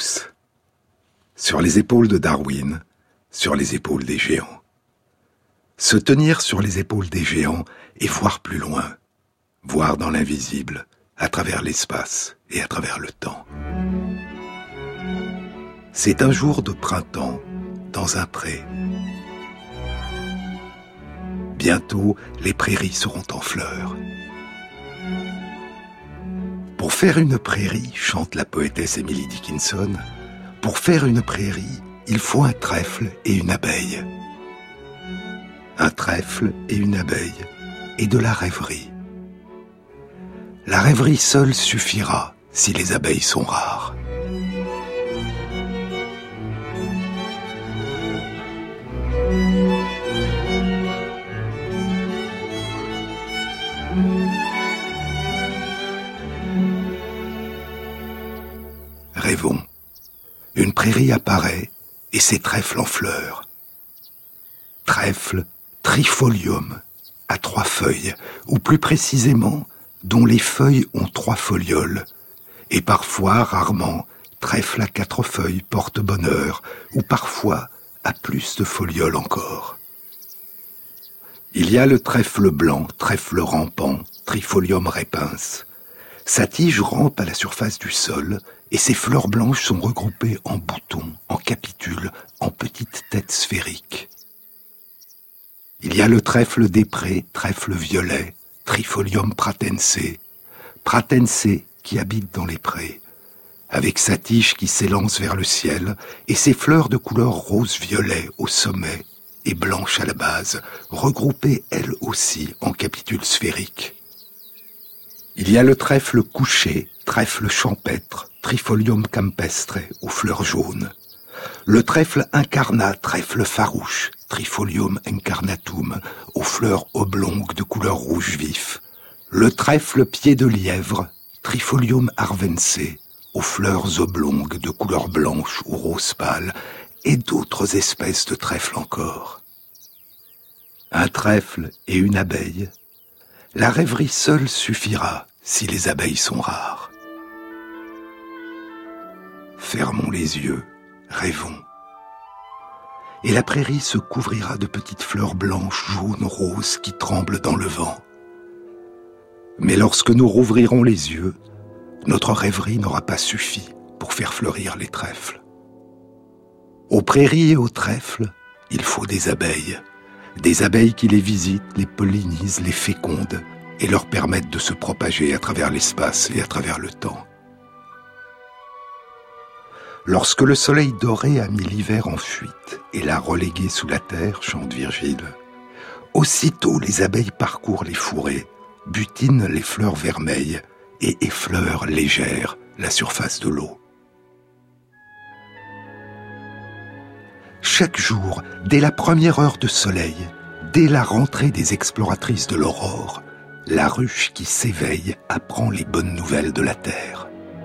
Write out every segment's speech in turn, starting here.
tous. Sur les épaules de Darwin, sur les épaules des géants. Se tenir sur les épaules des géants et voir plus loin, voir dans l'invisible, à travers l'espace et à travers le temps. C'est un jour de printemps, dans un pré. Bientôt, les prairies seront en fleurs. Pour faire une prairie, chante la poétesse Emily Dickinson, pour faire une prairie, il faut un trèfle et une abeille. Un trèfle et une abeille, et de la rêverie. La rêverie seule suffira si les abeilles sont rares. Rêvons. Une prairie apparaît et ses trèfles en fleurs. Trèfle trifolium, à 3 feuilles, ou plus précisément, dont les feuilles ont 3 folioles, et parfois, rarement, trèfle à 4 feuilles porte bonheur, ou parfois à plus de folioles encore. Il y a le trèfle blanc, trèfle rampant, Trifolium repens. Sa tige rampe à la surface du sol, et ses fleurs blanches sont regroupées en boutons, en capitules, en petites têtes sphériques. Il y a le trèfle des prés, trèfle violet, Trifolium pratense, pratense qui habite dans les prés, avec sa tige qui s'élance vers le ciel, et ses fleurs de couleur rose-violet au sommet et blanche à la base, regroupées elles aussi en capitules sphériques. Il y a le trèfle couché, trèfle champêtre, Trifolium campestre, aux fleurs jaunes. Le trèfle incarnat, trèfle farouche, Trifolium incarnatum, aux fleurs oblongues de couleur rouge vif. Le trèfle pied de lièvre, Trifolium arvense, aux fleurs oblongues de couleur blanche ou rose pâle, et d'autres espèces de trèfles encore. Un trèfle et une abeille, la rêverie seule suffira si les abeilles sont rares. Fermons les yeux, rêvons. Et la prairie se couvrira de petites fleurs blanches, jaunes, roses qui tremblent dans le vent. Mais lorsque nous rouvrirons les yeux, notre rêverie n'aura pas suffi pour faire fleurir les trèfles. Aux prairies et aux trèfles, il faut des abeilles qui les visitent, les pollinisent, les fécondent et leur permettent de se propager à travers l'espace et à travers le temps. Lorsque le soleil doré a mis l'hiver en fuite et l'a relégué sous la terre, chante Virgile, aussitôt les abeilles parcourent les fourrés, butinent les fleurs vermeilles et effleurent légère la surface de l'eau. Chaque jour, dès la première heure de soleil, dès la rentrée des exploratrices de l'aurore, la ruche qui s'éveille apprend les bonnes nouvelles de la terre.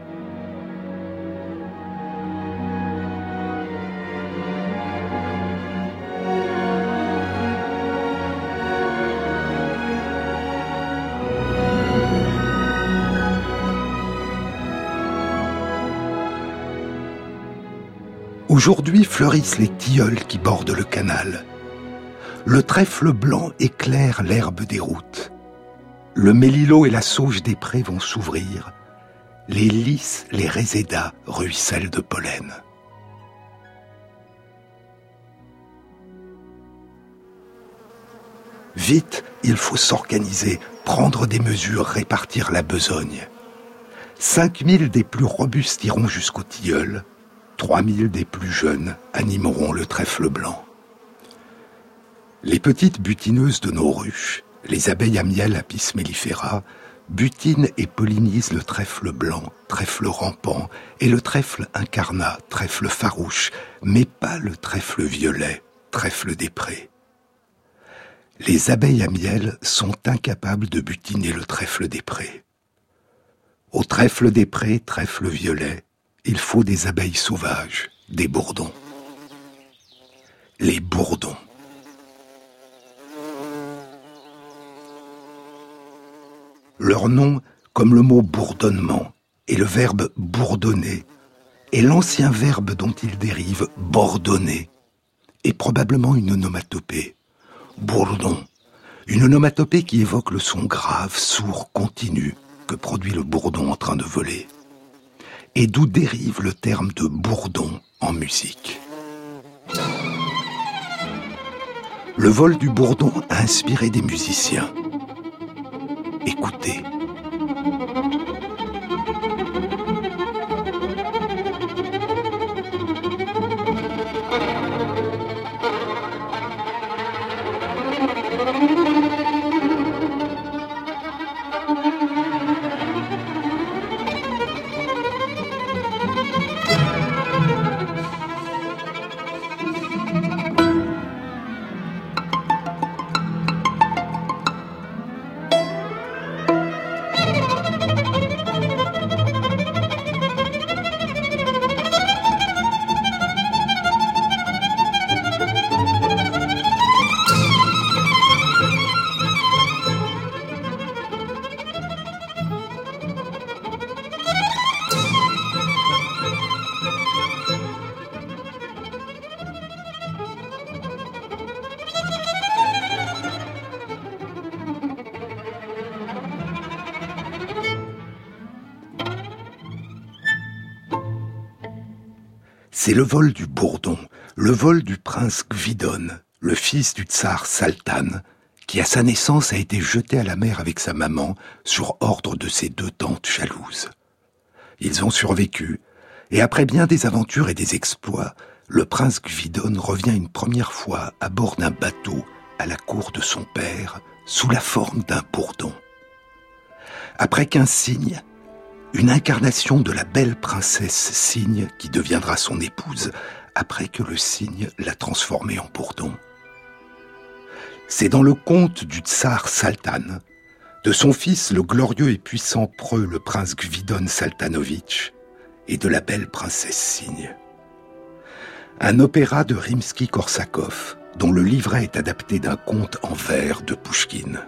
Aujourd'hui fleurissent les tilleuls qui bordent le canal. Le trèfle blanc éclaire l'herbe des routes. Le mélilot et la sauge des prés vont s'ouvrir. Les lys, les résédas ruissellent de pollen. Vite, il faut s'organiser, prendre des mesures, répartir la besogne. 5000 des plus robustes iront jusqu'au tilleul. 3000 des plus jeunes animeront le trèfle blanc. Les petites butineuses de nos ruches, les abeilles à miel Apis mellifera, butinent et pollinisent le trèfle blanc, trèfle rampant, et le trèfle incarnat, trèfle farouche, mais pas le trèfle violet, trèfle des prés. Les abeilles à miel sont incapables de butiner le trèfle des prés. Au trèfle des prés, trèfle violet, il faut des abeilles sauvages, des bourdons. Les bourdons. Leur nom, comme le mot bourdonnement et le verbe bourdonner, Et l'ancien verbe dont il dérive, bourdonner, est probablement une onomatopée. Bourdon, une onomatopée qui évoque le son grave, sourd, continu que produit le bourdon en train de voler. Et d'où dérive le terme de bourdon en musique. Le vol du bourdon a inspiré des musiciens. Écoutez. C'est le vol du bourdon, le vol du prince Gvidon, le fils du tsar Saltan, qui à sa naissance a été jeté à la mer avec sa maman sur ordre de ses 2 tantes jalouses. Ils ont survécu, et après bien des aventures et des exploits, le prince Gvidon revient une première fois à bord d'un bateau à la cour de son père, sous la forme d'un bourdon. Après qu'un cygne, une incarnation de la belle princesse cygne qui deviendra son épouse après que le cygne l'a transformée en bourdon. C'est dans le conte du tsar Saltan, de son fils le glorieux et puissant preux le prince Gvidon Saltanovitch et de la belle princesse cygne. Un opéra de Rimsky-Korsakov dont le livret est adapté d'un conte en vers de Pouchkine.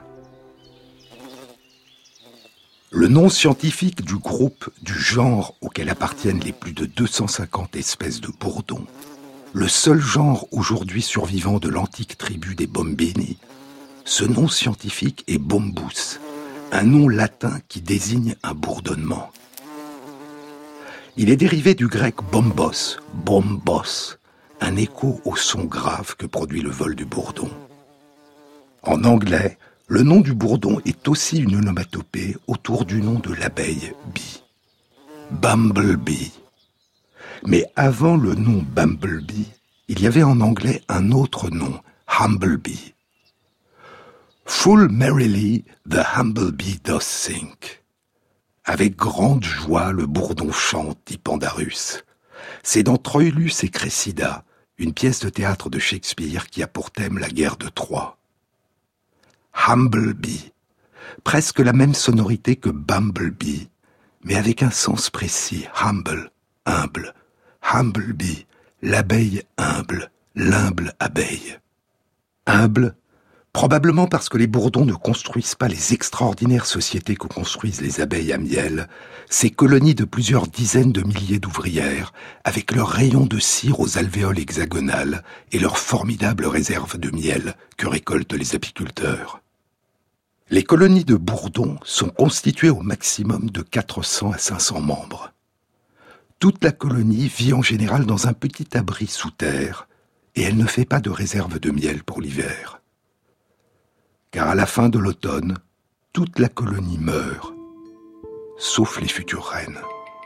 Le nom scientifique du groupe, du genre auquel appartiennent les plus de 250 espèces de bourdons, le seul genre aujourd'hui survivant de l'antique tribu des Bombini, ce nom scientifique est bombus, un nom latin qui désigne un bourdonnement. Il est dérivé du grec bombos, bombos, un écho au son grave que produit le vol du bourdon. En anglais, le nom du bourdon est aussi une onomatopée autour du nom de l'abeille bee. Bumblebee. Mais avant le nom Bumblebee, il y avait en anglais un autre nom, Humblebee. Full merrily the humblebee does sing. Avec grande joie le bourdon chante, dit Pandarus. C'est dans Troilus et Cressida, une pièce de théâtre de Shakespeare qui a pour thème la guerre de Troie. Humblebee, presque la même sonorité que Bumblebee, mais avec un sens précis, humble, humble. Humblebee, l'abeille humble, l'humble abeille. Humble, probablement parce que les bourdons ne construisent pas les extraordinaires sociétés que construisent les abeilles à miel, ces colonies de plusieurs dizaines de milliers d'ouvrières, avec leurs rayons de cire aux alvéoles hexagonales et leurs formidables réserves de miel que récoltent les apiculteurs. Les colonies de bourdons sont constituées au maximum de 400 à 500 membres. Toute la colonie vit en général dans un petit abri sous terre et elle ne fait pas de réserve de miel pour l'hiver. Car à la fin de l'automne, toute la colonie meurt, sauf les futures reines.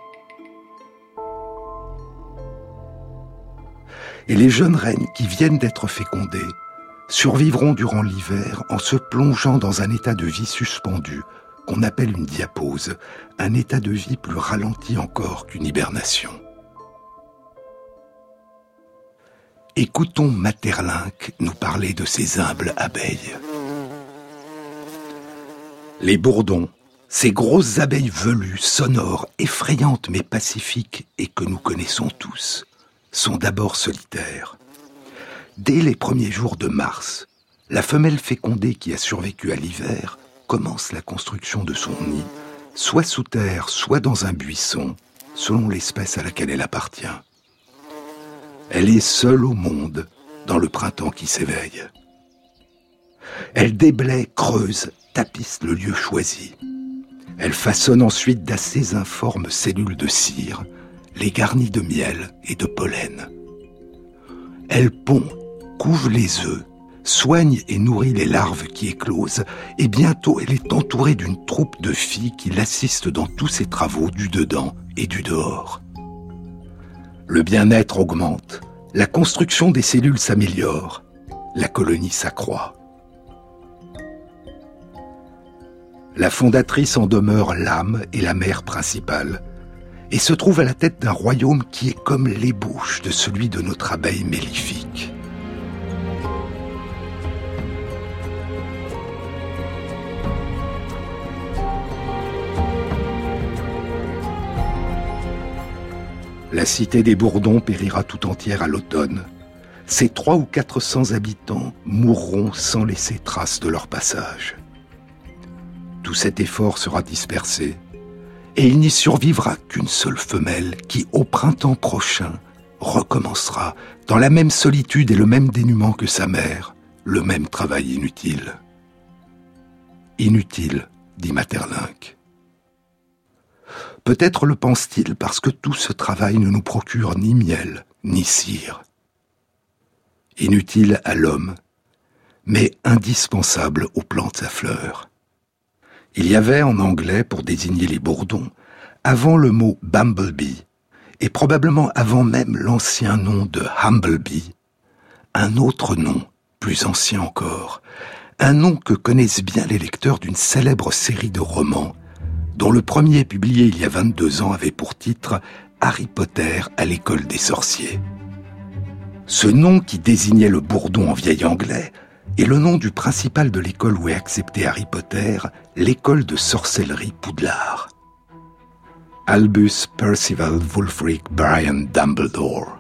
Et les jeunes reines qui viennent d'être fécondées survivront durant l'hiver en se plongeant dans un état de vie suspendu qu'on appelle une diapause, un état de vie plus ralenti encore qu'une hibernation. Écoutons Maeterlinck nous parler de ces humbles abeilles. Les bourdons, ces grosses abeilles velues, sonores, effrayantes mais pacifiques et que nous connaissons tous, sont d'abord solitaires. Dès les premiers jours de mars, la femelle fécondée qui a survécu à l'hiver commence la construction de son nid, soit sous terre, soit dans un buisson, selon l'espèce à laquelle elle appartient. Elle est seule au monde dans le printemps qui s'éveille. Elle déblaye, creuse, tapisse le lieu choisi. Elle façonne ensuite d'assez informes cellules de cire, les garnit de miel et de pollen. Elle pond, couve les œufs, soigne et nourrit les larves qui éclosent, et bientôt elle est entourée d'une troupe de filles qui l'assistent dans tous ses travaux du dedans et du dehors. Le bien-être augmente, la construction des cellules s'améliore, la colonie s'accroît. La fondatrice en demeure l'âme et la mère principale, et se trouve à la tête d'un royaume qui est comme l'ébauche de celui de notre abeille mellifique. La cité des Bourdons périra tout entière à l'automne. Ses 300 ou 400 habitants mourront sans laisser trace de leur passage. Tout cet effort sera dispersé, et il n'y survivra qu'une seule femelle qui, au printemps prochain, recommencera, dans la même solitude et le même dénuement que sa mère, le même travail inutile. Inutile, dit Maeterlinck. Peut-être le pense-t-il parce que tout ce travail ne nous procure ni miel, ni cire. Inutile à l'homme, mais indispensable aux plantes à fleurs. Il y avait en anglais, pour désigner les bourdons, avant le mot « bumblebee », et probablement avant même l'ancien nom de « humblebee », un autre nom, plus ancien encore, un nom que connaissent bien les lecteurs d'une célèbre série de romans, dont le premier, publié il y a 22 ans, avait pour titre « Harry Potter à l'école des sorciers ». Ce nom qui désignait le bourdon en vieil anglais est le nom du principal de l'école où est accepté Harry Potter, l'école de sorcellerie Poudlard. Albus Percival Wulfric Brian Dumbledore.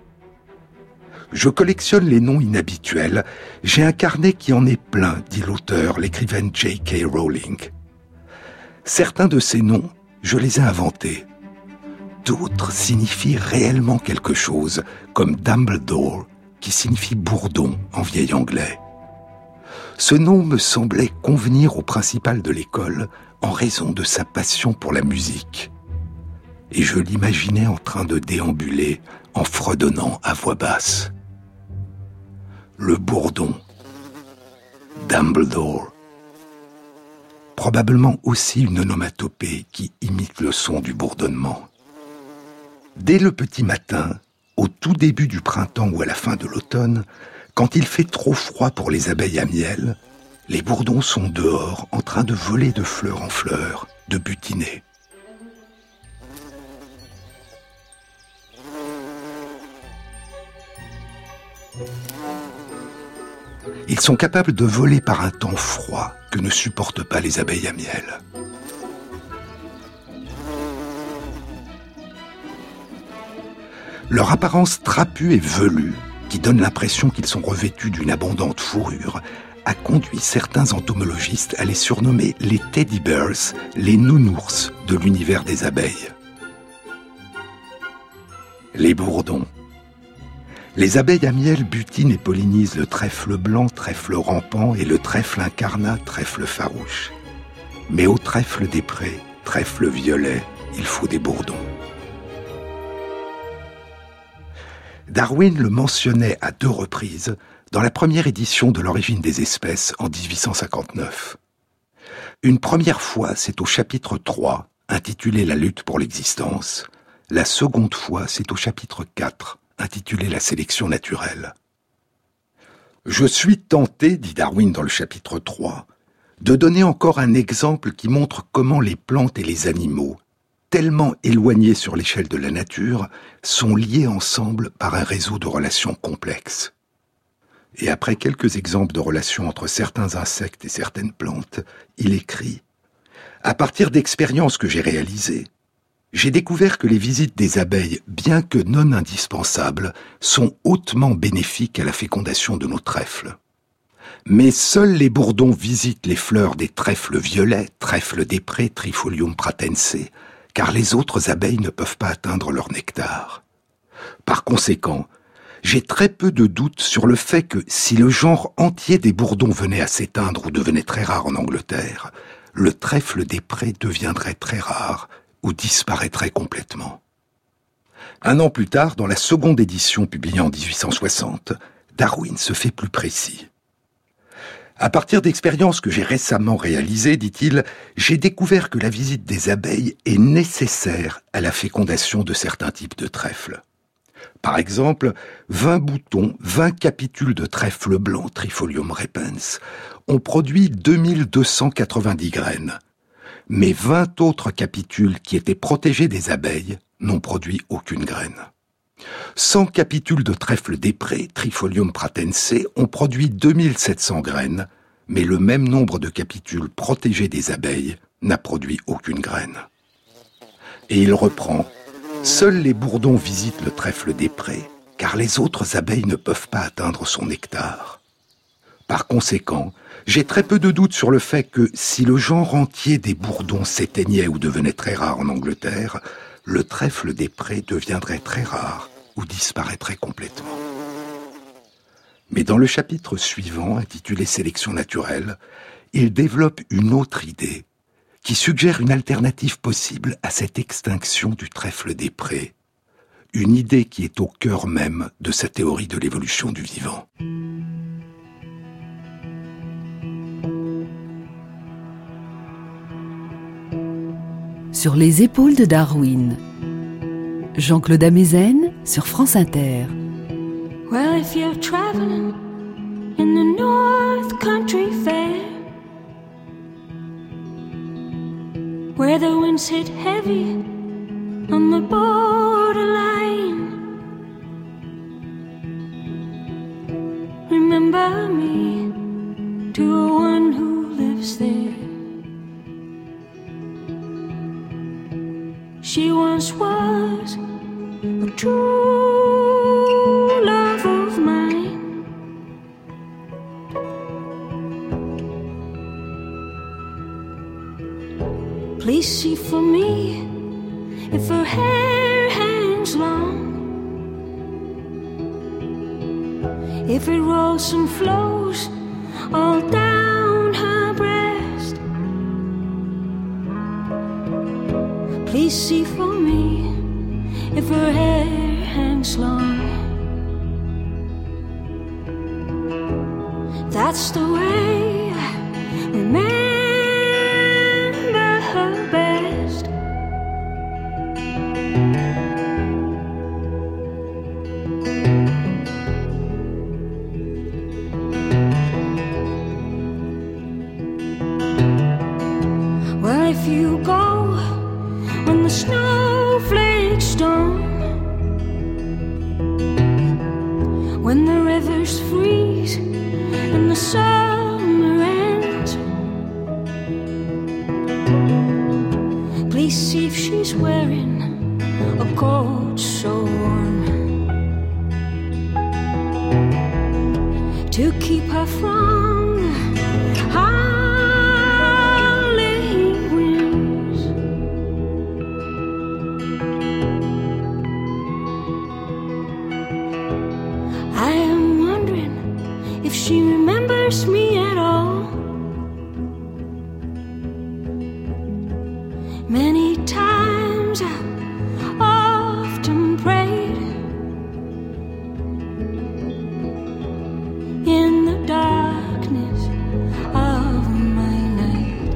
Je collectionne les noms inhabituels. J'ai un carnet qui en est plein, dit l'auteur, l'écrivaine J.K. Rowling. Certains de ces noms, je les ai inventés. D'autres signifient réellement quelque chose, comme Dumbledore, qui signifie bourdon en vieil anglais. Ce nom me semblait convenir au principal de l'école en raison de sa passion pour la musique. Et je l'imaginais en train de déambuler en fredonnant à voix basse. Le bourdon, Dumbledore. Probablement aussi une onomatopée qui imite le son du bourdonnement. Dès le petit matin, au tout début du printemps ou à la fin de l'automne, quand il fait trop froid pour les abeilles à miel, les bourdons sont dehors en train de voler de fleur en fleur, de butiner. Ils sont capables de voler par un temps froid que ne supportent pas les abeilles à miel. Leur apparence trapue et velue, qui donne l'impression qu'ils sont revêtus d'une abondante fourrure, a conduit certains entomologistes à les surnommer les teddy bears, les nounours de l'univers des abeilles. Les bourdons. Les abeilles à miel butinent et pollinisent le trèfle blanc, trèfle rampant, et le trèfle incarnat, trèfle farouche. Mais au trèfle des prés, trèfle violet, il faut des bourdons. Darwin le mentionnait à 2 reprises dans la première édition de l'Origine des espèces en 1859. Une première fois, c'est au chapitre 3, intitulé La lutte pour l'existence. La seconde fois, c'est au chapitre 4, intitulé La sélection naturelle. Je suis tenté, dit Darwin dans le chapitre 3, de donner encore un exemple qui montre comment les plantes et les animaux, tellement éloignés sur l'échelle de la nature, sont liés ensemble par un réseau de relations complexes. Et après quelques exemples de relations entre certains insectes et certaines plantes, il écrit « À partir d'expériences que j'ai réalisées, j'ai découvert que les visites des abeilles, bien que non indispensables, sont hautement bénéfiques à la fécondation de nos trèfles. Mais seuls les bourdons visitent les fleurs des trèfles violets, trèfle des prés, Trifolium pratense, car les autres abeilles ne peuvent pas atteindre leur nectar. Par conséquent, j'ai très peu de doute sur le fait que si le genre entier des bourdons venait à s'éteindre ou devenait très rare en Angleterre, le trèfle des prés deviendrait très rare ou disparaîtrait complètement. Un an plus tard, dans la seconde édition publiée en 1860, Darwin se fait plus précis. À partir d'expériences que j'ai récemment réalisées, dit-il, j'ai découvert que la visite des abeilles est nécessaire à la fécondation de certains types de trèfles. Par exemple, 20 boutons, 20 capitules de trèfle blanc, Trifolium repens, ont produit 2290 graines. Mais 20 autres capitules qui étaient protégés des abeilles n'ont produit aucune graine. 100 capitules de trèfle des prés, Trifolium pratense, ont produit 2700 graines, mais le même nombre de capitules protégés des abeilles n'a produit aucune graine. Et il reprend « Seuls les bourdons visitent le trèfle des prés, car les autres abeilles ne peuvent pas atteindre son nectar. Par conséquent, j'ai très peu de doute sur le fait que si le genre entier des bourdons s'éteignait ou devenait très rare en Angleterre, le trèfle des prés deviendrait très rare ou disparaîtrait complètement. » Mais dans le chapitre suivant, intitulé « Sélection naturelle », il développe une autre idée qui suggère une alternative possible à cette extinction du trèfle des prés, une idée qui est au cœur même de sa théorie de l'évolution du vivant. Sur les épaules de Darwin, Jean-Claude Amezen sur France Inter. Well, if you're traveling in the North Country Fair, where the winds hit heavy on the borderline, remember me to one who lives there. She once was a true love of mine. Please see for me if her hair hangs long, if it rolls and flows all down her breast. Please see for me if her hair hangs long. That's the way I remember her best. Well, if you go when the snowflakes don't, when the rivers freeze and the summer ends, please see if she's wearing a coat so warm to keep her from the howling winds. I am wondering if she remembers me at all. Many times I often prayed in the darkness of my night,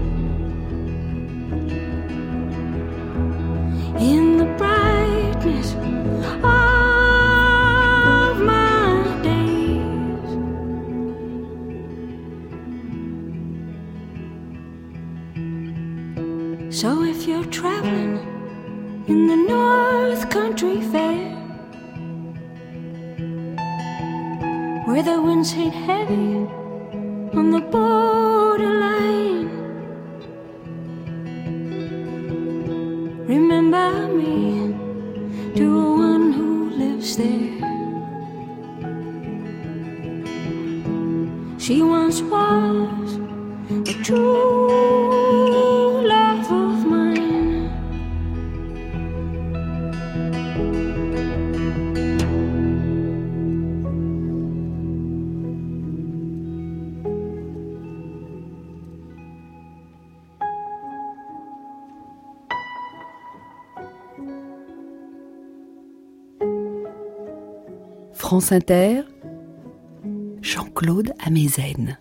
in the brightness of my days. So if you're traveling in the North Country Fair, where the winds hit heavy on the borderline, remember me to one who lives there. She once was a true love of mine. France Inter, Jean-Claude Amezen.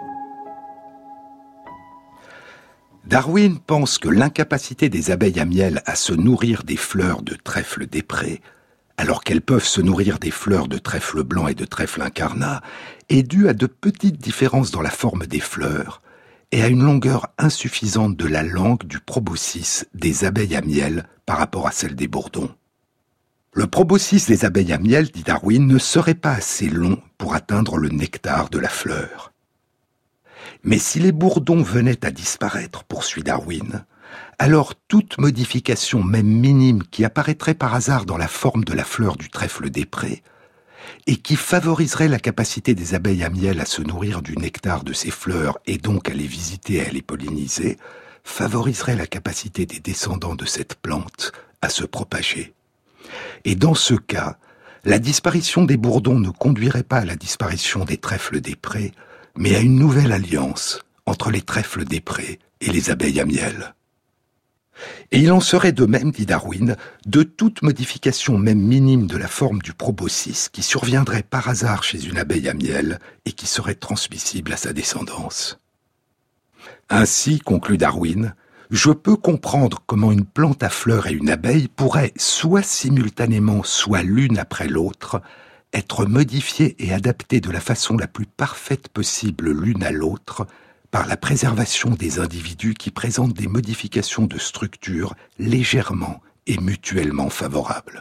Darwin pense que l'incapacité des abeilles à miel à se nourrir des fleurs de trèfle des prés, alors qu'elles peuvent se nourrir des fleurs de trèfle blanc et de trèfle incarnat, est due à de petites différences dans la forme des fleurs et à une longueur insuffisante de la langue du proboscis des abeilles à miel par rapport à celle des bourdons. Le proboscis des abeilles à miel, dit Darwin, ne serait pas assez long pour atteindre le nectar de la fleur. Mais si les bourdons venaient à disparaître, poursuit Darwin, alors toute modification, même minime, qui apparaîtrait par hasard dans la forme de la fleur du trèfle des prés, et qui favoriserait la capacité des abeilles à miel à se nourrir du nectar de ces fleurs et donc à les visiter et à les polliniser, favoriserait la capacité des descendants de cette plante à se propager. Et dans ce cas, la disparition des bourdons ne conduirait pas à la disparition des trèfles des prés, mais à une nouvelle alliance entre les trèfles des prés et les abeilles à miel. Et il en serait de même, dit Darwin, de toute modification même minime de la forme du proboscis qui surviendrait par hasard chez une abeille à miel et qui serait transmissible à sa descendance. Ainsi, conclut Darwin, je peux comprendre comment une plante à fleurs et une abeille pourraient, soit simultanément, soit l'une après l'autre, être modifiées et adaptées de la façon la plus parfaite possible l'une à l'autre par la préservation des individus qui présentent des modifications de structure légèrement et mutuellement favorables.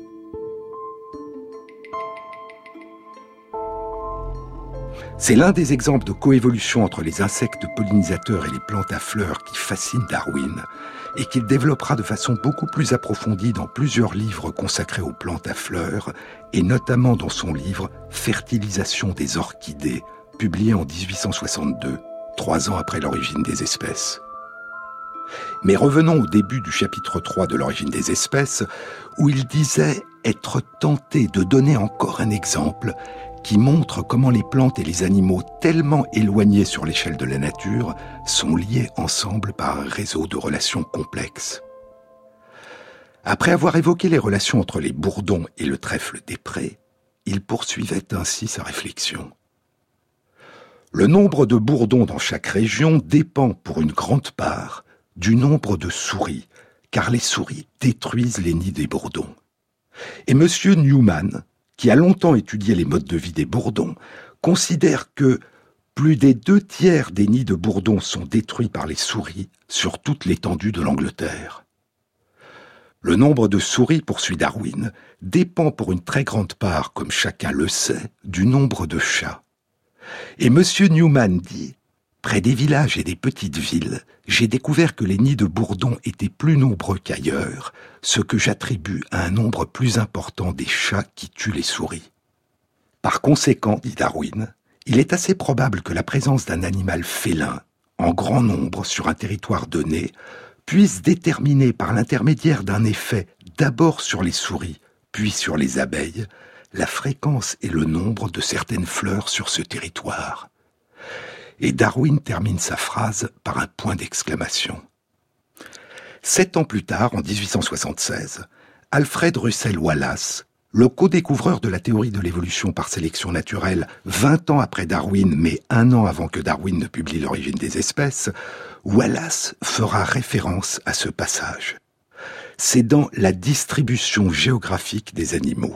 C'est l'un des exemples de coévolution entre les insectes pollinisateurs et les plantes à fleurs qui fascine Darwin et qu'il développera de façon beaucoup plus approfondie dans plusieurs livres consacrés aux plantes à fleurs et notamment dans son livre « Fertilisation des orchidées » publié en 1862, 3 ans après l'origine des espèces. Mais revenons au début du chapitre 3 de l'origine des espèces, où il disait être tenté de donner encore un exemple qui montre comment les plantes et les animaux tellement éloignés sur l'échelle de la nature sont liés ensemble par un réseau de relations complexes. Après avoir évoqué les relations entre les bourdons et le trèfle des prés, il poursuivait ainsi sa réflexion. Le nombre de bourdons dans chaque région dépend pour une grande part du nombre de souris, car les souris détruisent les nids des bourdons. Et M. Newman, qui a longtemps étudié les modes de vie des bourdons, considère que plus des 2/3 des nids de bourdons sont détruits par les souris sur toute l'étendue de l'Angleterre. Le nombre de souris, poursuit Darwin, dépend pour une très grande part, comme chacun le sait, du nombre de chats. Et M. Newman dit « Près des villages et des petites villes, j'ai découvert que les nids de bourdons étaient plus nombreux qu'ailleurs, ce que j'attribue à un nombre plus important des chats qui tuent les souris. Par conséquent, dit Darwin, il est assez probable que la présence d'un animal félin, en grand nombre sur un territoire donné, puisse déterminer par l'intermédiaire d'un effet d'abord sur les souris, puis sur les abeilles, la fréquence et le nombre de certaines fleurs sur ce territoire. » Et Darwin termine sa phrase par un point d'exclamation. 7 ans plus tard, en 1876, Alfred Russel Wallace, le co-découvreur de la théorie de l'évolution par sélection naturelle 20 ans après Darwin, mais 1 an avant que Darwin ne publie l'origine des espèces, Wallace fera référence à ce passage. C'est dans la distribution géographique des animaux.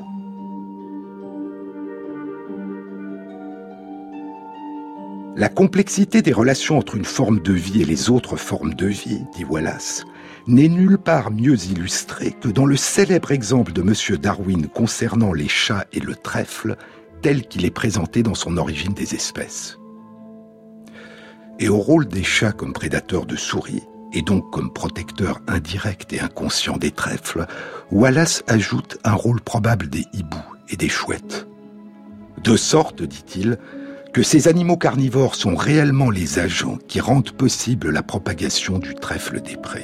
La complexité des relations entre une forme de vie et les autres formes de vie, dit Wallace, n'est nulle part mieux illustrée que dans le célèbre exemple de M. Darwin concernant les chats et le trèfle, tel qu'il est présenté dans son origine des espèces. Et au rôle des chats comme prédateurs de souris, et donc comme protecteurs indirects et inconscients des trèfles, Wallace ajoute un rôle probable des hiboux et des chouettes. De sorte, dit-il, que ces animaux carnivores sont réellement les agents qui rendent possible la propagation du trèfle des prés.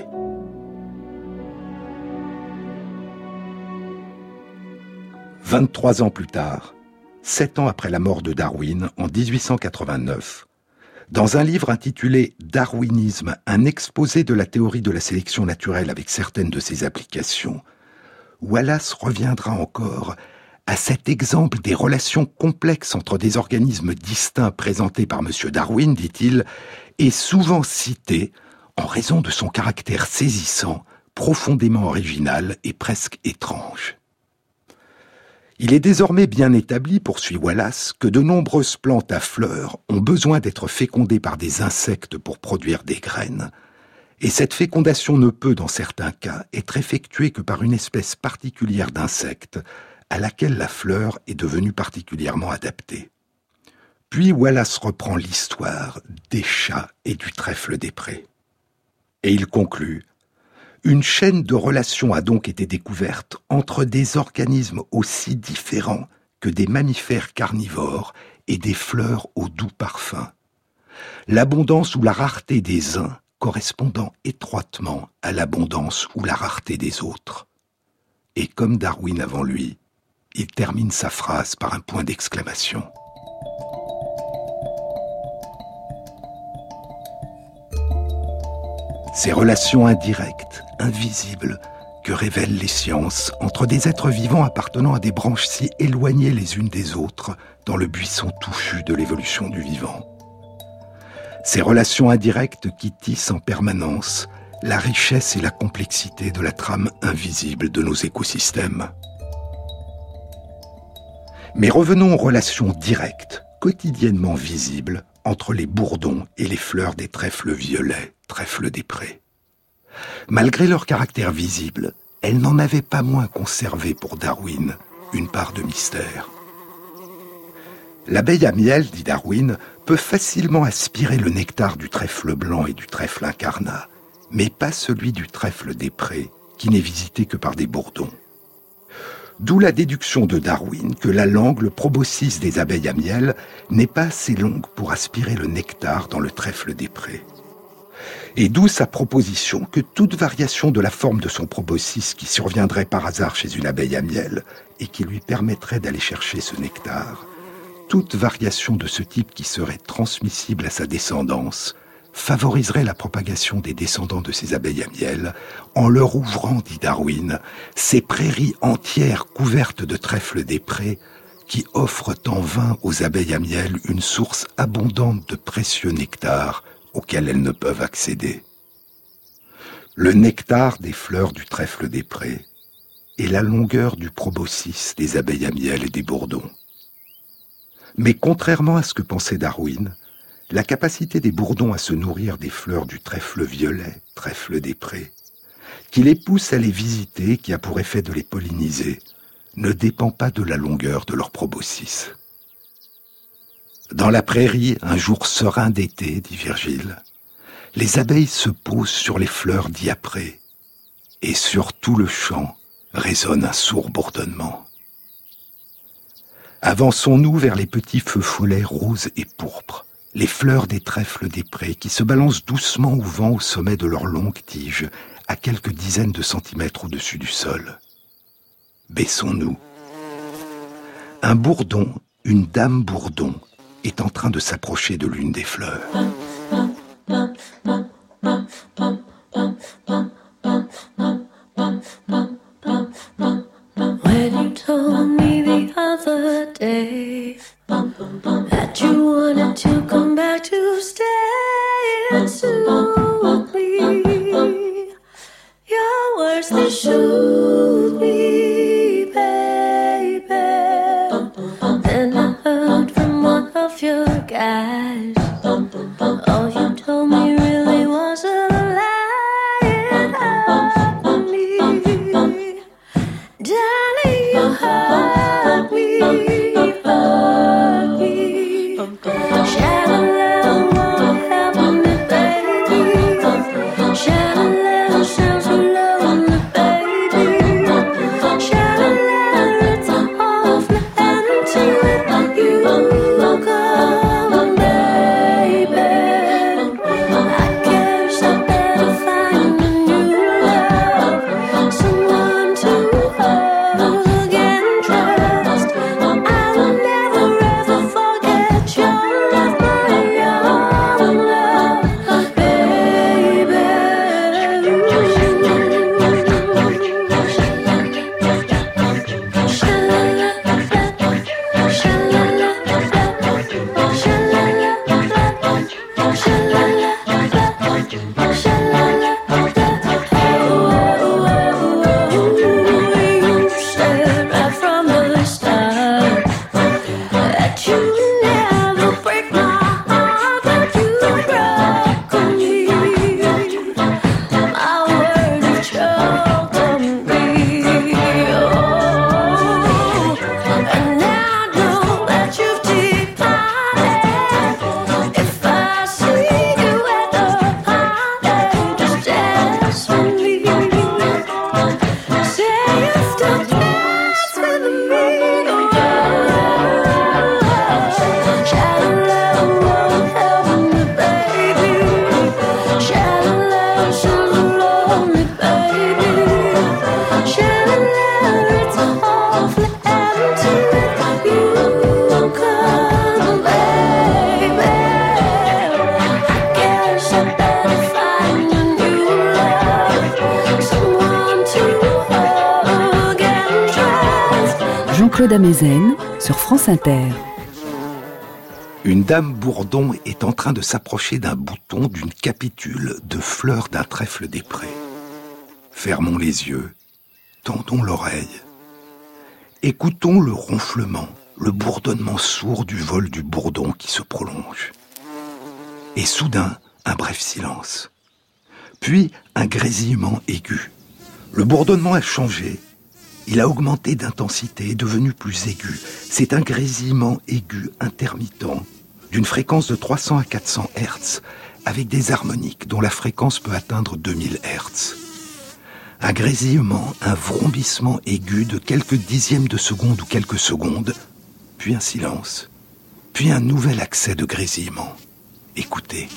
« 23 ans plus tard, 7 ans après la mort de Darwin, en 1889, dans un livre intitulé « Darwinisme, un exposé de la théorie de la sélection naturelle avec certaines de ses applications », Wallace reviendra encore à cet exemple des relations complexes entre des organismes distincts présentés par M. Darwin, dit-il, est souvent cité en raison de son caractère saisissant, profondément original et presque étrange. Il est désormais bien établi, poursuit Wallace, que de nombreuses plantes à fleurs ont besoin d'être fécondées par des insectes pour produire des graines, et cette fécondation ne peut, dans certains cas, être effectuée que par une espèce particulière d'insecte, à laquelle la fleur est devenue particulièrement adaptée. Puis Wallace reprend l'histoire des chats et du trèfle des prés. Et il conclut « Une chaîne de relations a donc été découverte entre des organismes aussi différents que des mammifères carnivores et des fleurs au doux parfum. L'abondance ou la rareté des uns correspondant étroitement à l'abondance ou la rareté des autres. » Et comme Darwin avant lui, il termine sa phrase par un point d'exclamation. Ces relations indirectes, invisibles, que révèlent les sciences entre des êtres vivants appartenant à des branches si éloignées les unes des autres dans le buisson touffu de l'évolution du vivant. Ces relations indirectes qui tissent en permanence la richesse et la complexité de la trame invisible de nos écosystèmes. Mais revenons aux relations directes, quotidiennement visibles, entre les bourdons et les fleurs des trèfles violets, trèfles des prés. Malgré leur caractère visible, elles n'en avaient pas moins conservé pour Darwin une part de mystère. L'abeille à miel, dit Darwin, peut facilement aspirer le nectar du trèfle blanc et du trèfle incarnat, mais pas celui du trèfle des prés, qui n'est visité que par des bourdons. D'où la déduction de Darwin que la langue, le proboscis des abeilles à miel, n'est pas assez longue pour aspirer le nectar dans le trèfle des prés. Et d'où sa proposition que toute variation de la forme de son proboscis qui surviendrait par hasard chez une abeille à miel et qui lui permettrait d'aller chercher ce nectar, toute variation de ce type qui serait transmissible à sa descendance, favoriserait la propagation des descendants de ces abeilles à miel en leur ouvrant, dit Darwin, ces prairies entières couvertes de trèfles des prés qui offrent en vain aux abeilles à miel une source abondante de précieux nectar auquel elles ne peuvent accéder. Le nectar des fleurs du trèfle des prés est la longueur du proboscis des abeilles à miel et des bourdons. Mais contrairement à ce que pensait Darwin, la capacité des bourdons à se nourrir des fleurs du trèfle violet, trèfle des prés, qui les pousse à les visiter et qui a pour effet de les polliniser, ne dépend pas de la longueur de leur proboscis. Dans la prairie, un jour serein d'été, dit Virgile, les abeilles se posent sur les fleurs diaprées, et sur tout le champ résonne un sourd bourdonnement. Avançons-nous vers les petits feux follets roses et pourpres, les fleurs des trèfles des prés qui se balancent doucement au vent au sommet de leurs longues tiges, à quelques dizaines de centimètres au-dessus du sol. Baissons-nous. Un bourdon, une dame bourdon, est en train de s'approcher de l'une des fleurs. When you told me the other day that you wanted to come back to stay and soothe me, your words they soothe me, baby. Then I heard from one of your guys, oh, you Jean-Claude Amezen sur France Inter. Une dame bourdon est en train de s'approcher d'un bouton d'une capitule de fleurs d'un trèfle des prés. Fermons les yeux, tendons l'oreille. Écoutons le ronflement, le bourdonnement sourd du vol du bourdon qui se prolonge. Et soudain, un bref silence. Puis un grésillement aigu. Le bourdonnement a changé. Il a augmenté d'intensité, est devenu plus aigu. C'est un grésillement aigu intermittent, d'une fréquence de 300 à 400 Hz, avec des harmoniques dont la fréquence peut atteindre 2000 Hz. Un grésillement, un vrombissement aigu de quelques dixièmes de seconde ou quelques secondes, puis un silence, puis un nouvel accès de grésillement. Écoutez.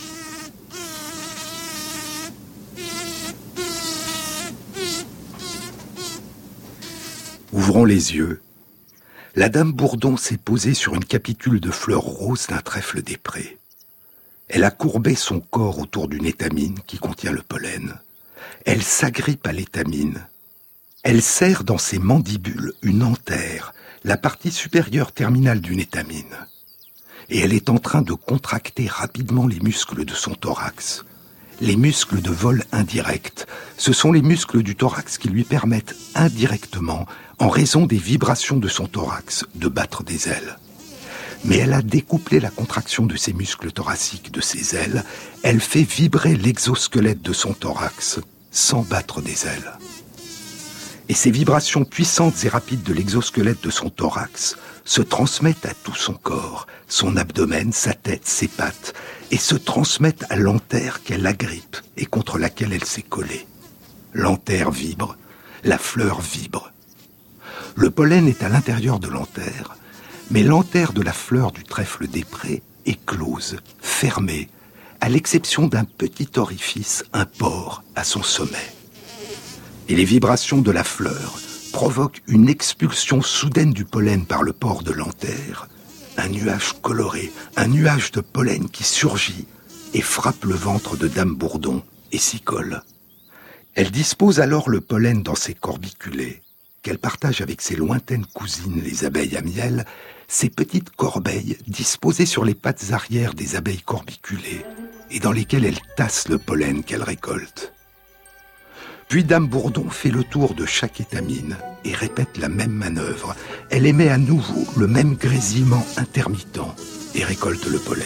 Ouvrons les yeux. La dame bourdon s'est posée sur une capitule de fleurs roses d'un trèfle des prés. Elle a courbé son corps autour d'une étamine qui contient le pollen. Elle s'agrippe à l'étamine. Elle serre dans ses mandibules une anthère, la partie supérieure terminale d'une étamine. Et elle est en train de contracter rapidement les muscles de son thorax. Les muscles de vol indirect, ce sont les muscles du thorax qui lui permettent indirectement, en raison des vibrations de son thorax, de battre des ailes. Mais elle a découplé la contraction de ses muscles thoraciques de ses ailes. Elle fait vibrer l'exosquelette de son thorax sans battre des ailes. Et ces vibrations puissantes et rapides de l'exosquelette de son thorax se transmettent à tout son corps, son abdomen, sa tête, ses pattes, et se transmettent à l'anthère qu'elle agrippe et contre laquelle elle s'est collée. L'anthère vibre, la fleur vibre. Le pollen est à l'intérieur de l'anthère, mais l'anthère de la fleur du trèfle des prés est close, fermée, à l'exception d'un petit orifice, un pore, à son sommet. Et les vibrations de la fleur provoquent une expulsion soudaine du pollen par le pore de l'anthère, un nuage coloré, un nuage de pollen qui surgit et frappe le ventre de Dame Bourdon et s'y colle. Elle dispose alors le pollen dans ses corbiculés, qu'elle partage avec ses lointaines cousines, les abeilles à miel, ces petites corbeilles disposées sur les pattes arrière des abeilles corbiculées et dans lesquelles elle tasse le pollen qu'elle récolte. Puis Dame Bourdon fait le tour de chaque étamine et répète la même manœuvre. Elle émet à nouveau le même grésillement intermittent et récolte le pollen.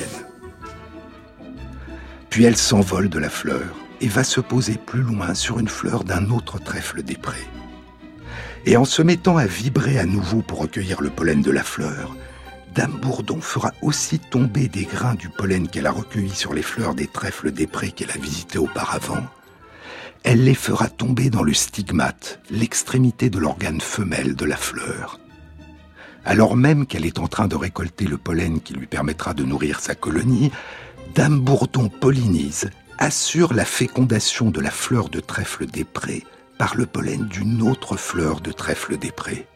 Puis elle s'envole de la fleur et va se poser plus loin sur une fleur d'un autre trèfle des prés. Et en se mettant à vibrer à nouveau pour recueillir le pollen de la fleur, Dame Bourdon fera aussi tomber des grains du pollen qu'elle a recueillis sur les fleurs des trèfles des prés qu'elle a visités auparavant. Elle les fera tomber dans le stigmate, l'extrémité de l'organe femelle de la fleur. Alors même qu'elle est en train de récolter le pollen qui lui permettra de nourrir sa colonie, Dame Bourdon pollinise, assure la fécondation de la fleur de trèfle des prés par le pollen d'une autre fleur de trèfle des prés.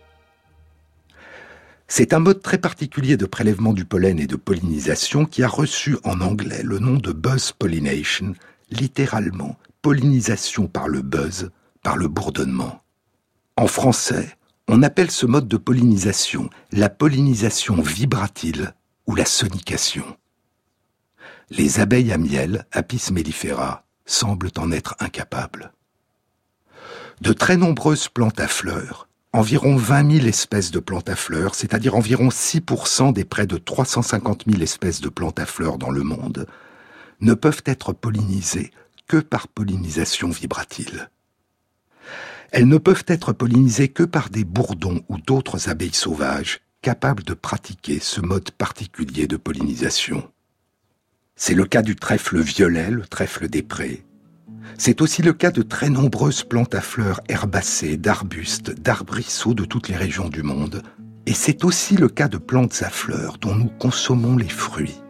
C'est un mode très particulier de prélèvement du pollen et de pollinisation qui a reçu en anglais le nom de buzz pollination, littéralement pollinisation par le buzz, par le bourdonnement. En français, on appelle ce mode de pollinisation la pollinisation vibratile ou la sonication. Les abeilles à miel, Apis mellifera, semblent en être incapables. De très nombreuses plantes à fleurs, environ 20 000 espèces de plantes à fleurs, c'est-à-dire environ 6% des près de 350 000 espèces de plantes à fleurs dans le monde, ne peuvent être pollinisées que par pollinisation vibratile. Elles ne peuvent être pollinisées que par des bourdons ou d'autres abeilles sauvages capables de pratiquer ce mode particulier de pollinisation. C'est le cas du trèfle violet, le trèfle des prés. C'est aussi le cas de très nombreuses plantes à fleurs herbacées, d'arbustes, d'arbrisseaux de toutes les régions du monde. Et c'est aussi le cas de plantes à fleurs dont nous consommons les fruits.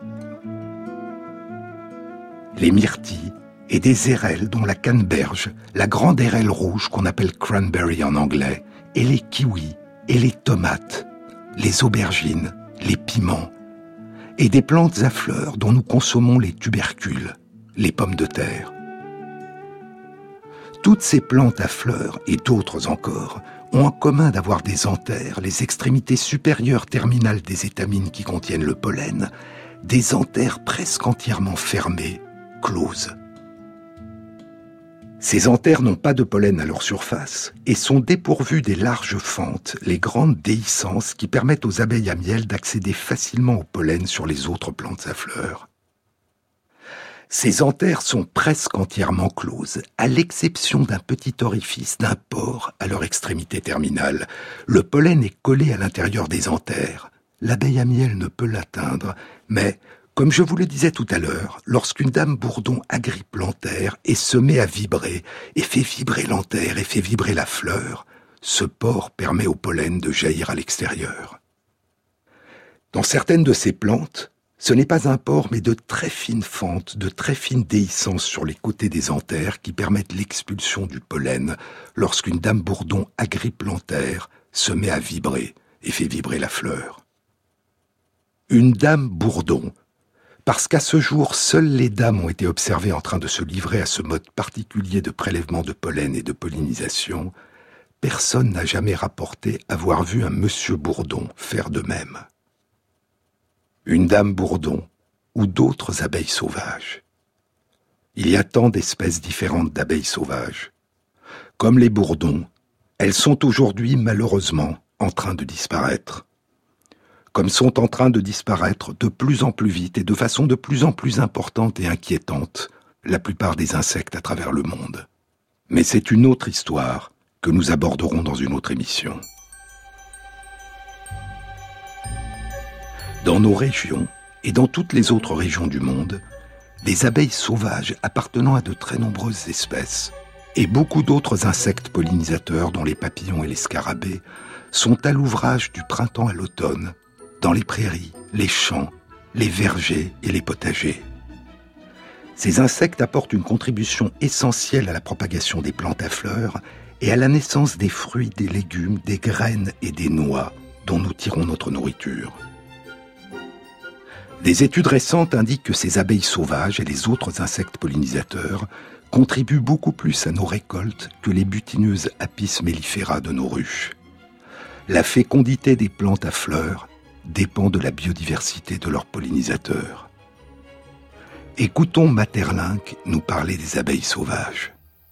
Les myrtilles et des érelles dont la canneberge, la grande érelle rouge qu'on appelle cranberry en anglais, et les kiwis, et les tomates, les aubergines, les piments, et des plantes à fleurs dont nous consommons les tubercules, les pommes de terre. Toutes ces plantes à fleurs, et d'autres encore, ont en commun d'avoir des anthères, les extrémités supérieures terminales des étamines qui contiennent le pollen, des anthères presque entièrement fermées, closes. Ces anthères n'ont pas de pollen à leur surface et sont dépourvues des larges fentes, les grandes déhiscences qui permettent aux abeilles à miel d'accéder facilement au pollen sur les autres plantes à fleurs. Ces anthères sont presque entièrement closes, à l'exception d'un petit orifice, d'un pore à leur extrémité terminale. Le pollen est collé à l'intérieur des anthères. L'abeille à miel ne peut l'atteindre, mais, comme je vous le disais tout à l'heure, lorsqu'une dame bourdon agrippe l'anthère et se met à vibrer, et fait vibrer l'anthère et fait vibrer la fleur, ce pore permet au pollen de jaillir à l'extérieur. Dans certaines de ces plantes, ce n'est pas un pore, mais de très fines fentes, de très fines déhiscences sur les côtés des anthères qui permettent l'expulsion du pollen lorsqu'une dame bourdon agrippe l'anthère, se met à vibrer et fait vibrer la fleur. Une dame bourdon, parce qu'à ce jour, seules les dames ont été observées en train de se livrer à ce mode particulier de prélèvement de pollen et de pollinisation, personne n'a jamais rapporté avoir vu un monsieur bourdon faire de même. Une dame bourdon ou d'autres abeilles sauvages. Il y a tant d'espèces différentes d'abeilles sauvages. Comme les bourdons, elles sont aujourd'hui malheureusement en train de disparaître. Comme sont en train de disparaître de plus en plus vite et de façon de plus en plus importante et inquiétante la plupart des insectes à travers le monde. Mais c'est une autre histoire que nous aborderons dans une autre émission. Dans nos régions et dans toutes les autres régions du monde, des abeilles sauvages appartenant à de très nombreuses espèces et beaucoup d'autres insectes pollinisateurs dont les papillons et les scarabées sont à l'ouvrage du printemps à l'automne, dans les prairies, les champs, les vergers et les potagers. Ces insectes apportent une contribution essentielle à la propagation des plantes à fleurs et à la naissance des fruits, des légumes, des graines et des noix dont nous tirons notre nourriture. Des études récentes indiquent que ces abeilles sauvages et les autres insectes pollinisateurs contribuent beaucoup plus à nos récoltes que les butineuses Apis mellifera de nos ruches. La fécondité des plantes à fleurs dépend de la biodiversité de leurs pollinisateurs. Écoutons Maeterlinck nous parler des abeilles sauvages.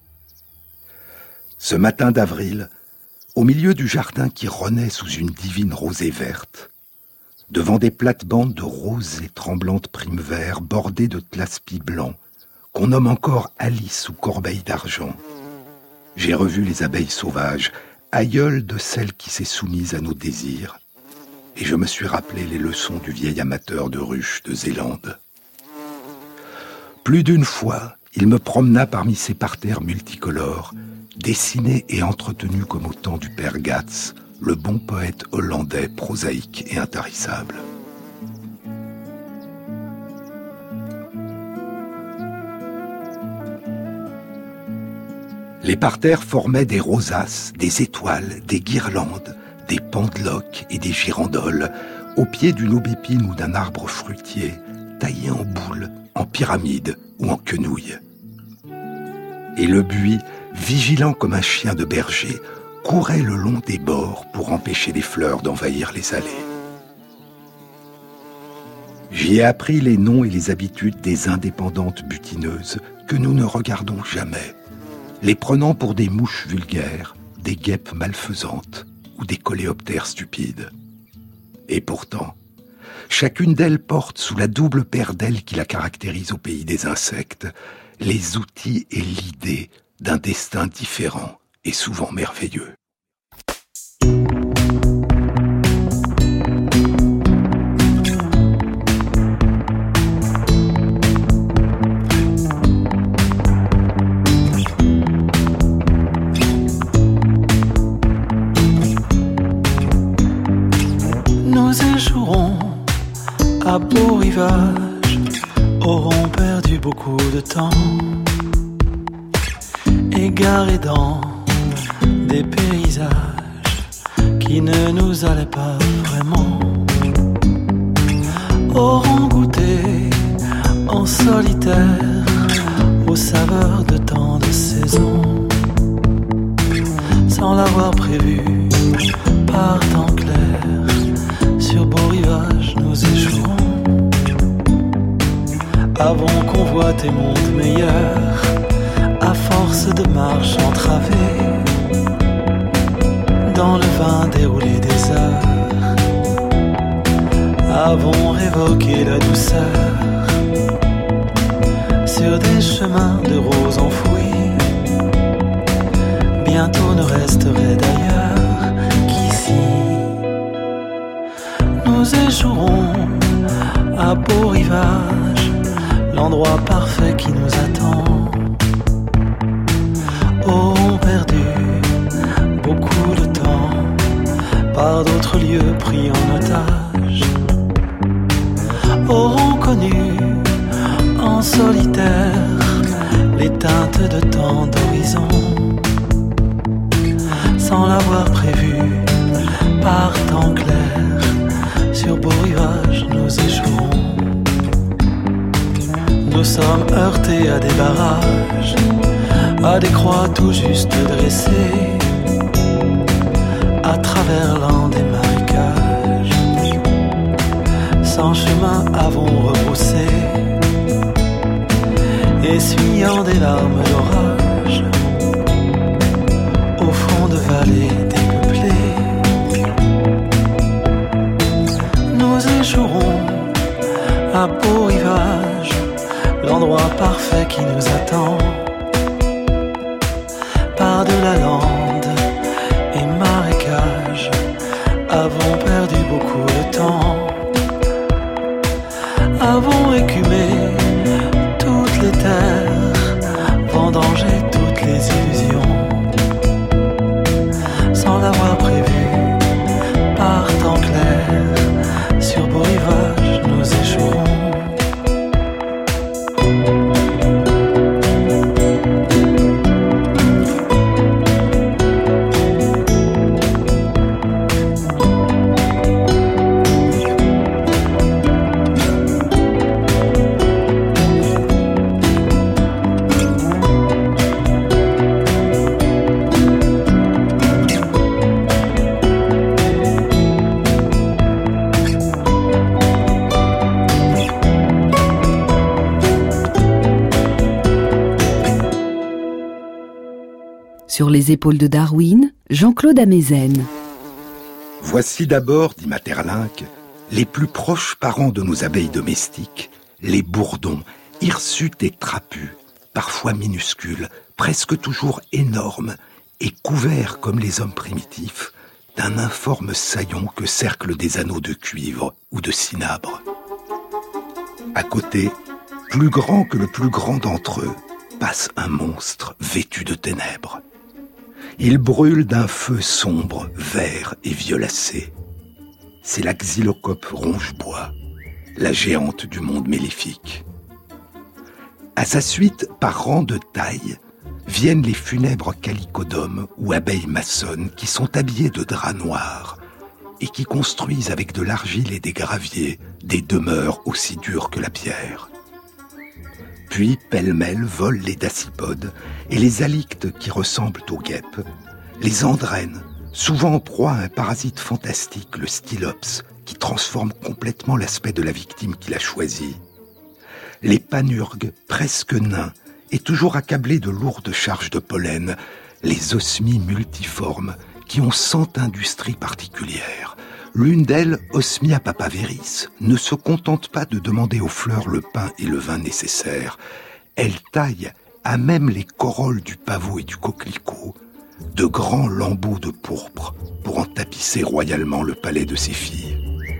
Ce matin d'avril, au milieu du jardin qui renaît sous une divine rosée verte, devant des plates-bandes de roses et tremblantes primes verts bordées de tlaspis blancs, qu'on nomme encore Alice ou corbeilles d'argent, j'ai revu les abeilles sauvages, aïeules de celles qui s'est soumise à nos désirs, et je me suis rappelé les leçons du vieil amateur de ruches de Zélande. Plus d'une fois, il me promena parmi ces parterres multicolores, dessinés et entretenus comme au temps du père Gatz, le bon poète hollandais prosaïque et intarissable. Les parterres formaient des rosaces, des étoiles, des guirlandes, des pendeloques et des girandoles, au pied d'une aubépine ou d'un arbre fruitier, taillés en boule, en pyramide ou en quenouille. Et le buis, vigilant comme un chien de berger, courait le long des bords pour empêcher les fleurs d'envahir les allées. J'y ai appris les noms et les habitudes des indépendantes butineuses que nous ne regardons jamais, les prenant pour des mouches vulgaires, des guêpes malfaisantes ou des coléoptères stupides. Et pourtant, chacune d'elles porte sous la double paire d'ailes qui la caractérise au pays des insectes, les outils et l'idée d'un destin différent et souvent merveilleux. Nous échouerons à beau rivage, auront perdu beaucoup de temps, égarés dans des paysages qui ne nous allaient pas vraiment, auront goûté en solitaire aux saveurs de tant de saisons. l'avoir prévu, par temps clair, sur beau rivage nous échouerons. Avons convoité monde meilleur, à force de marche entravée, dans le vin déroulé des heures, avons révoqué la douceur, sur des chemins de roses enfouis. Bientôt ne resterait d'ailleurs qu'ici. Nous échouerons à beau rivage, l'endroit parfait qui nous attend. Auront perdu beaucoup de temps par d'autres lieux pris en otage. Auront connu en solitaire les teintes de tant d'horizons. Sans l'avoir prévu, par temps clair, sur beau rivage nous échouerons. Nous sommes heurtés à des barrages, à des croix tout juste dressées, à travers l'an des marécages. Sans chemin avons rebroussé, essuyant des larmes d'orage, au fond de vallées dépeuplées. Nous échouerons à beau rivage, l'endroit parfait qui nous attend. Par de la lande et marécage, avons perdu beaucoup de temps. Avons écumé toutes les terres, vendangé toutes les illusions. Sans l'avoir prévu, par temps clair, sur beau rivage nous échouerons. Sur les épaules de Darwin, Jean-Claude Amezen. Voici d'abord, dit Maeterlinck, les plus proches parents de nos abeilles domestiques, les bourdons, hirsutes et trapus, parfois minuscules, presque toujours énormes, et couverts comme les hommes primitifs d'un informe saillon que cerclent des anneaux de cuivre ou de cinabre. À côté, plus grand que le plus grand d'entre eux, passe un monstre vêtu de ténèbres. Il brûle d'un feu sombre, vert et violacé. C'est la Xylocope ronge-bois, la géante du monde méléfique. À sa suite, par rang de taille, viennent les funèbres calicodomes ou abeilles maçonnes qui sont habillées de draps noirs et qui construisent avec de l'argile et des graviers des demeures aussi dures que la pierre. Puis, pêle-mêle, volent les dasypodes et les halictes qui ressemblent aux guêpes, les andrènes, souvent en proie à un parasite fantastique, le stylops, qui transforme complètement l'aspect de la victime qu'il a choisie. Les panurgues, presque nains, et toujours accablés de lourdes charges de pollen, les osmies multiformes, qui ont 100 industries particulières. L'une d'elles, Osmia papaveris, ne se contente pas de demander aux fleurs le pain et le vin nécessaires. Elle taille, à même les corolles du pavot et du coquelicot, de grands lambeaux de pourpre pour en tapisser royalement le palais de ses filles.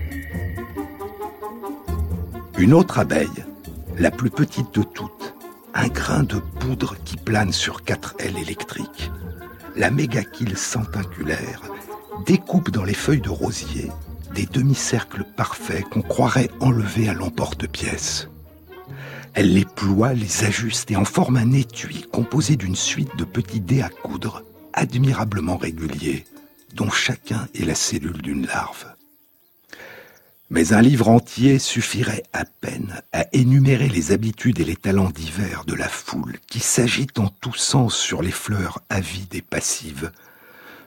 Une autre abeille, la plus petite de toutes, un grain de poudre qui plane sur 4 ailes électriques, la mégachile centinculaire, découpe dans les feuilles de rosier des demi-cercles parfaits qu'on croirait enlevés à l'emporte-pièce. Elle les ploie, les ajuste et en forme un étui composé d'une suite de petits dés à coudre admirablement réguliers, dont chacun est la cellule d'une larve. Mais un livre entier suffirait à peine à énumérer les habitudes et les talents divers de la foule qui s'agite en tous sens sur les fleurs avides et passives,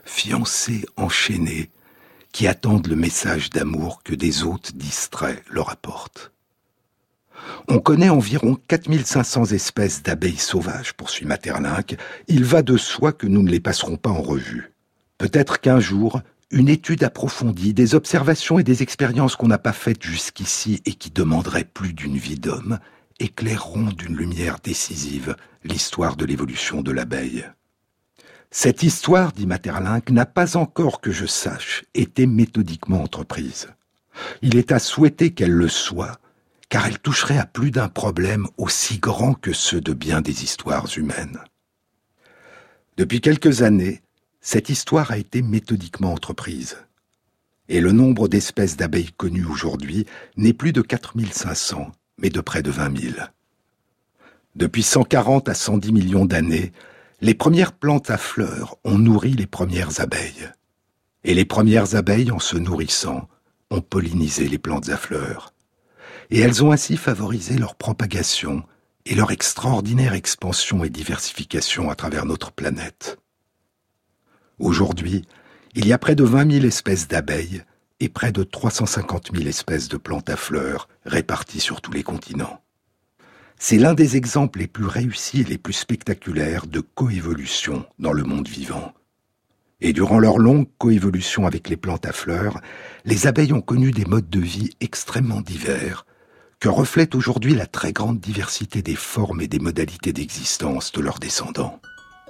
fiancés enchaînés, qui attendent le message d'amour que des hôtes distraits leur apportent. On connaît environ 4500 espèces d'abeilles sauvages, poursuit Maeterlinck. Il va de soi que nous ne les passerons pas en revue. Peut-être qu'un jour, une étude approfondie, des observations et des expériences qu'on n'a pas faites jusqu'ici et qui demanderaient plus d'une vie d'homme, éclaireront d'une lumière décisive l'histoire de l'évolution de l'abeille. Cette histoire, dit Maeterlinck, n'a pas encore, que je sache, été méthodiquement entreprise. Il est à souhaiter qu'elle le soit, car elle toucherait à plus d'un problème aussi grand que ceux de bien des histoires humaines. Depuis quelques années, cette histoire a été méthodiquement entreprise. Et le nombre d'espèces d'abeilles connues aujourd'hui n'est plus de 4500, mais de près de 20 000. Depuis 140 à 110 millions d'années, les premières plantes à fleurs ont nourri les premières abeilles. Et les premières abeilles, en se nourrissant, ont pollinisé les plantes à fleurs. Et elles ont ainsi favorisé leur propagation et leur extraordinaire expansion et diversification à travers notre planète. Aujourd'hui, il y a près de 20 000 espèces d'abeilles et près de 350 000 espèces de plantes à fleurs réparties sur tous les continents. C'est l'un des exemples les plus réussis et les plus spectaculaires de coévolution dans le monde vivant. Et durant leur longue coévolution avec les plantes à fleurs, les abeilles ont connu des modes de vie extrêmement divers, que reflète aujourd'hui la très grande diversité des formes et des modalités d'existence de leurs descendants.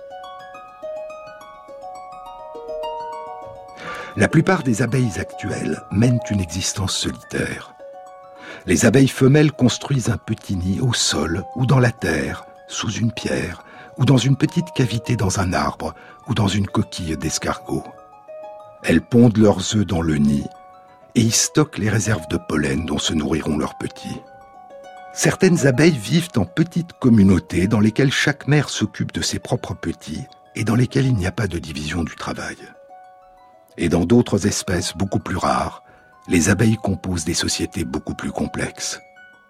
La plupart des abeilles actuelles mènent une existence solitaire. Les abeilles femelles construisent un petit nid au sol ou dans la terre, sous une pierre, ou dans une petite cavité dans un arbre, ou dans une coquille d'escargot. Elles pondent leurs œufs dans le nid, et y stockent les réserves de pollen dont se nourriront leurs petits. Certaines abeilles vivent en petites communautés dans lesquelles chaque mère s'occupe de ses propres petits et dans lesquelles il n'y a pas de division du travail. Et dans d'autres espèces beaucoup plus rares, les abeilles composent des sociétés beaucoup plus complexes.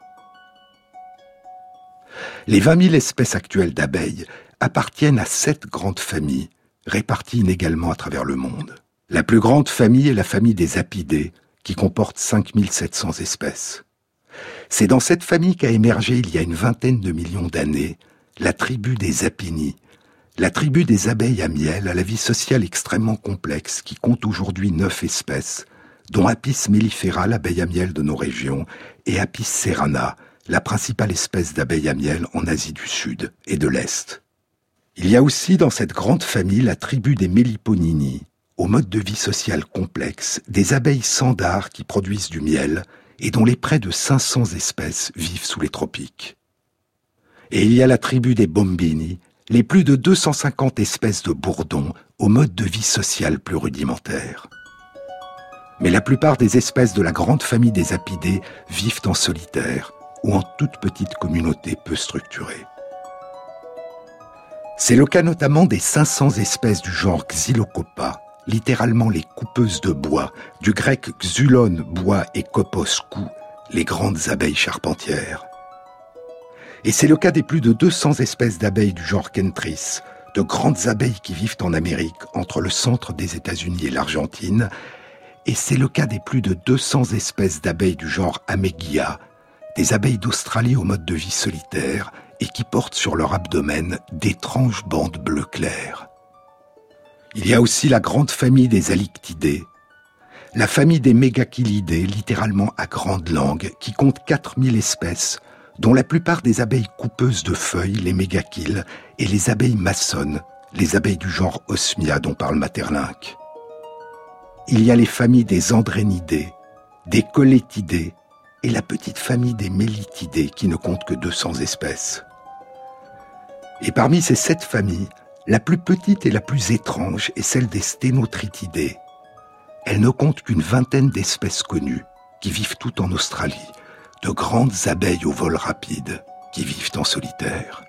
Les 20 000 espèces actuelles d'abeilles appartiennent à 7 grandes familles, réparties inégalement à travers le monde. La plus grande famille est la famille des apidés, qui comporte 5 700 espèces. C'est dans cette famille qu'a émergé il y a une vingtaine de millions d'années la tribu des apinies, la tribu des abeilles à miel à la vie sociale extrêmement complexe qui compte aujourd'hui 9 espèces, dont Apis mellifera, l'abeille à miel de nos régions, et Apis cerana, la principale espèce d'abeille à miel en Asie du Sud et de l'Est. Il y a aussi dans cette grande famille la tribu des Melliponini, au mode de vie social complexe, des abeilles sans dard qui produisent du miel et dont les près de 500 espèces vivent sous les tropiques. Et il y a la tribu des Bombini, les plus de 250 espèces de bourdons au mode de vie social plus rudimentaire. Mais la plupart des espèces de la grande famille des apidés vivent en solitaire ou en toute petite communauté peu structurée. C'est le cas notamment des 500 espèces du genre Xylocopa, littéralement les coupeuses de bois, du grec xulon, bois, et kopos, cou, les grandes abeilles charpentières. Et c'est le cas des plus de 200 espèces d'abeilles du genre Kentris, de grandes abeilles qui vivent en Amérique, entre le centre des États-Unis et l'Argentine, et c'est le cas des plus de 200 espèces d'abeilles du genre Amegia, des abeilles d'Australie au mode de vie solitaire et qui portent sur leur abdomen d'étranges bandes bleu clair. Il y a aussi la grande famille des Halictidés, la famille des Mégachilidés, littéralement à grande langue, qui compte 4000 espèces, dont la plupart des abeilles coupeuses de feuilles, les mégachilles, et les abeilles maçonnes, les abeilles du genre Osmia dont parle Maeterlinck. Il y a les familles des Andrénidés, des Colétidés, et la petite famille des Mélitidés qui ne compte que 200 espèces. Et parmi ces 7 familles, la plus petite et la plus étrange est celle des Sténotritidés. Elle ne compte qu'une vingtaine d'espèces connues, qui vivent toutes en Australie, de grandes abeilles au vol rapide, qui vivent en solitaire.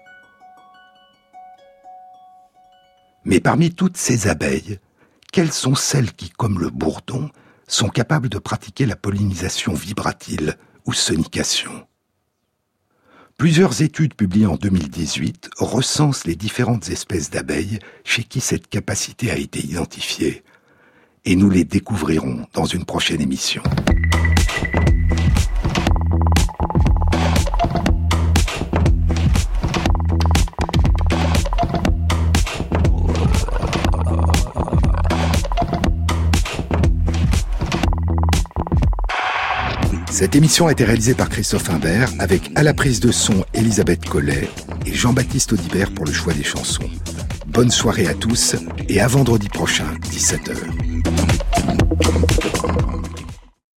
Mais parmi toutes ces abeilles, quelles sont celles qui, comme le bourdon, sont capables de pratiquer la pollinisation vibratile ou sonication? Plusieurs études publiées en 2018 recensent les différentes espèces d'abeilles chez qui cette capacité a été identifiée. Et nous les découvrirons dans une prochaine émission. Cette émission a été réalisée par Christophe Imbert avec à la prise de son Elisabeth Collet et Jean-Baptiste Audibert pour le choix des chansons. Bonne soirée à tous et à vendredi prochain, 17h.